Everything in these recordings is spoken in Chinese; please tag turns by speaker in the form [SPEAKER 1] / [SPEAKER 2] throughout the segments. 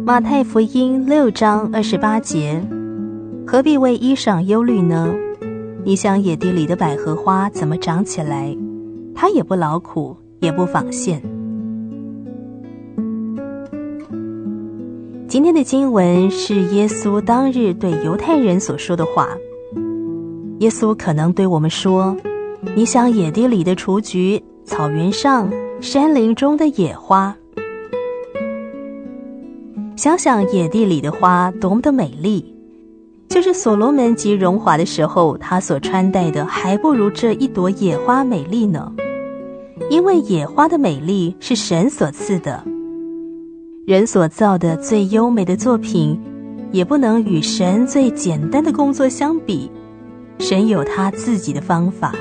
[SPEAKER 1] 马太福音6章28节，何必为衣裳忧虑呢？你想野地里的百合花怎么长起来？它也不劳苦，也不纺线。今天的经文是耶稣当日对犹太人所说的话。耶稣可能对我们说，你想野地里的雏菊，草原上山林中的野花，想想野地里的花多么的美丽，就是所罗门极荣华的时候，他所穿戴的还不如这一朵野花美丽呢。因为野花的美丽是神所赐的，人所造的最优美的作品也不能与神最简单的工作相比，神有他自己的方法。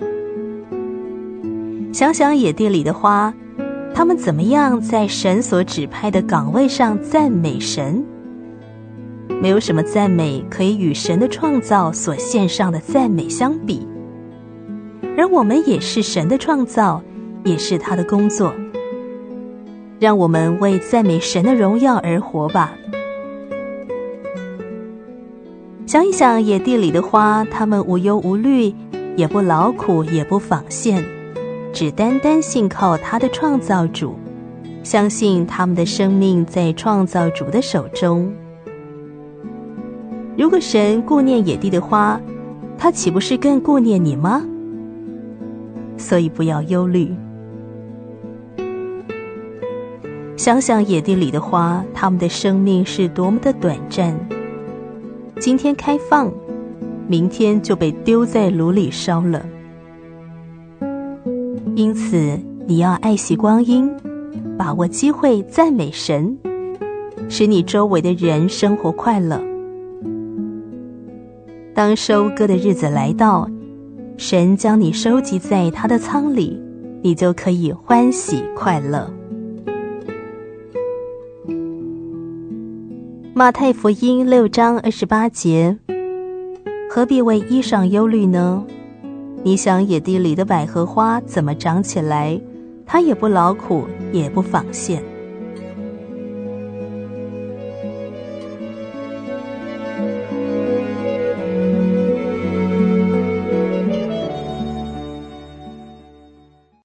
[SPEAKER 1] 想想野地里的花，他们怎么样在神所指派的岗位上赞美神？没有什么赞美可以与神的创造所献上的赞美相比。而我们也是神的创造，也是他的工作。让我们为赞美神的荣耀而活吧。想一想野地里的花，它们无忧无虑，也不劳苦，也不纺线，只单单信靠他的创造主，相信他们的生命在创造主的手中。如果神顾念野地的花，他岂不是更顾念你吗？所以不要忧虑。想想野地里的花，它们的生命是多么的短暂，今天开放，明天就被丢在炉里烧了。因此你要爱惜光阴，把握机会赞美神，使你周围的人生活快乐。当收割的日子来到，神将你收集在他的仓里，你就可以欢喜快乐。马太福音6章28节，何必为衣裳忧虑呢？你想野地里的百合花怎么长起来？它也不劳苦，也不纺线。